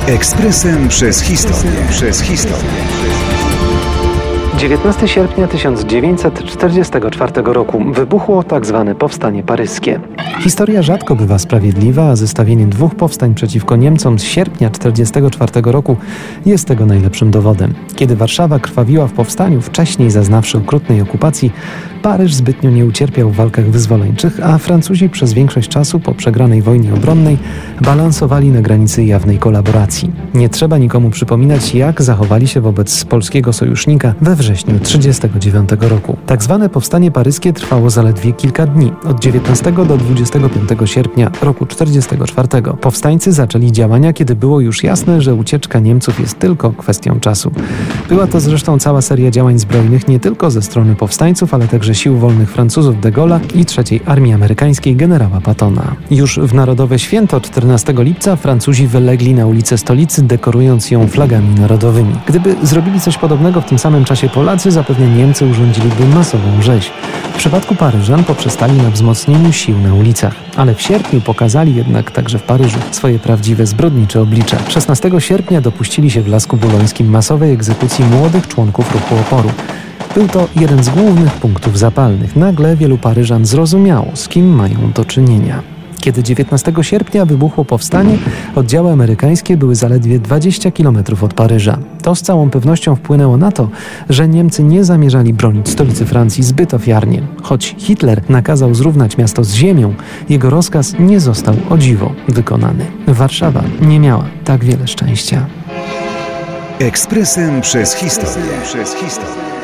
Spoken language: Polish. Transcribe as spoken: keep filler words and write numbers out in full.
Ekspresem przez historię. Przez historię. dziewiętnastego sierpnia tysiąc dziewięćset czterdziestego czwartego roku wybuchło tzw. powstanie paryskie. Historia rzadko bywa sprawiedliwa, a zestawienie dwóch powstań przeciwko Niemcom z sierpnia tysiąc dziewięćset czterdziestego czwartego roku jest tego najlepszym dowodem. Kiedy Warszawa krwawiła w powstaniu, wcześniej zaznawszy okrutnej okupacji, Paryż zbytnio nie ucierpiał w walkach wyzwoleńczych, a Francuzi przez większość czasu po przegranej wojnie obronnej balansowali na granicy jawnej kolaboracji. Nie trzeba nikomu przypominać, jak zachowali się wobec polskiego sojusznika we wrześniu tysiąc dziewięćset trzydziestego dziewiątego roku. Tak zwane powstanie paryskie trwało zaledwie kilka dni, od dziewiętnastego do dwudziestego piątego sierpnia roku tysiąc dziewięćset czterdziestego czwartego. Powstańcy zaczęli działania, kiedy było już jasne, że ucieczka Niemców jest tylko kwestią czasu. Była to zresztą cała seria działań zbrojnych nie tylko ze strony powstańców, ale także sił wolnych Francuzów de Gaulle'a i trzeciej Armii Amerykańskiej generała Pattona. Już w Narodowe Święto czternastego lipca Francuzi wylegli na ulice stolicy, dekorując ją flagami narodowymi. Gdyby zrobili coś podobnego w tym samym czasie Polacy, zapewne Niemcy urządziliby masową rzeź. W przypadku Paryżan poprzestali na wzmocnieniu sił na ulicach. Ale w sierpniu pokazali jednak także w Paryżu swoje prawdziwe zbrodnicze oblicze. szesnastego sierpnia dopuścili się w Lasku Bulońskim masowej egzekucji młodych członków ruchu oporu. Był to jeden z głównych punktów zapalnych. Nagle wielu Paryżan zrozumiało, z kim mają do czynienia. Kiedy dziewiętnastego sierpnia wybuchło powstanie, oddziały amerykańskie były zaledwie dwadzieścia kilometrów od Paryża. To z całą pewnością wpłynęło na to, że Niemcy nie zamierzali bronić stolicy Francji zbyt ofiarnie. Choć Hitler nakazał zrównać miasto z ziemią, jego rozkaz nie został o dziwo wykonany. Warszawa nie miała tak wiele szczęścia. Ekspresem przez historię. Przez historię.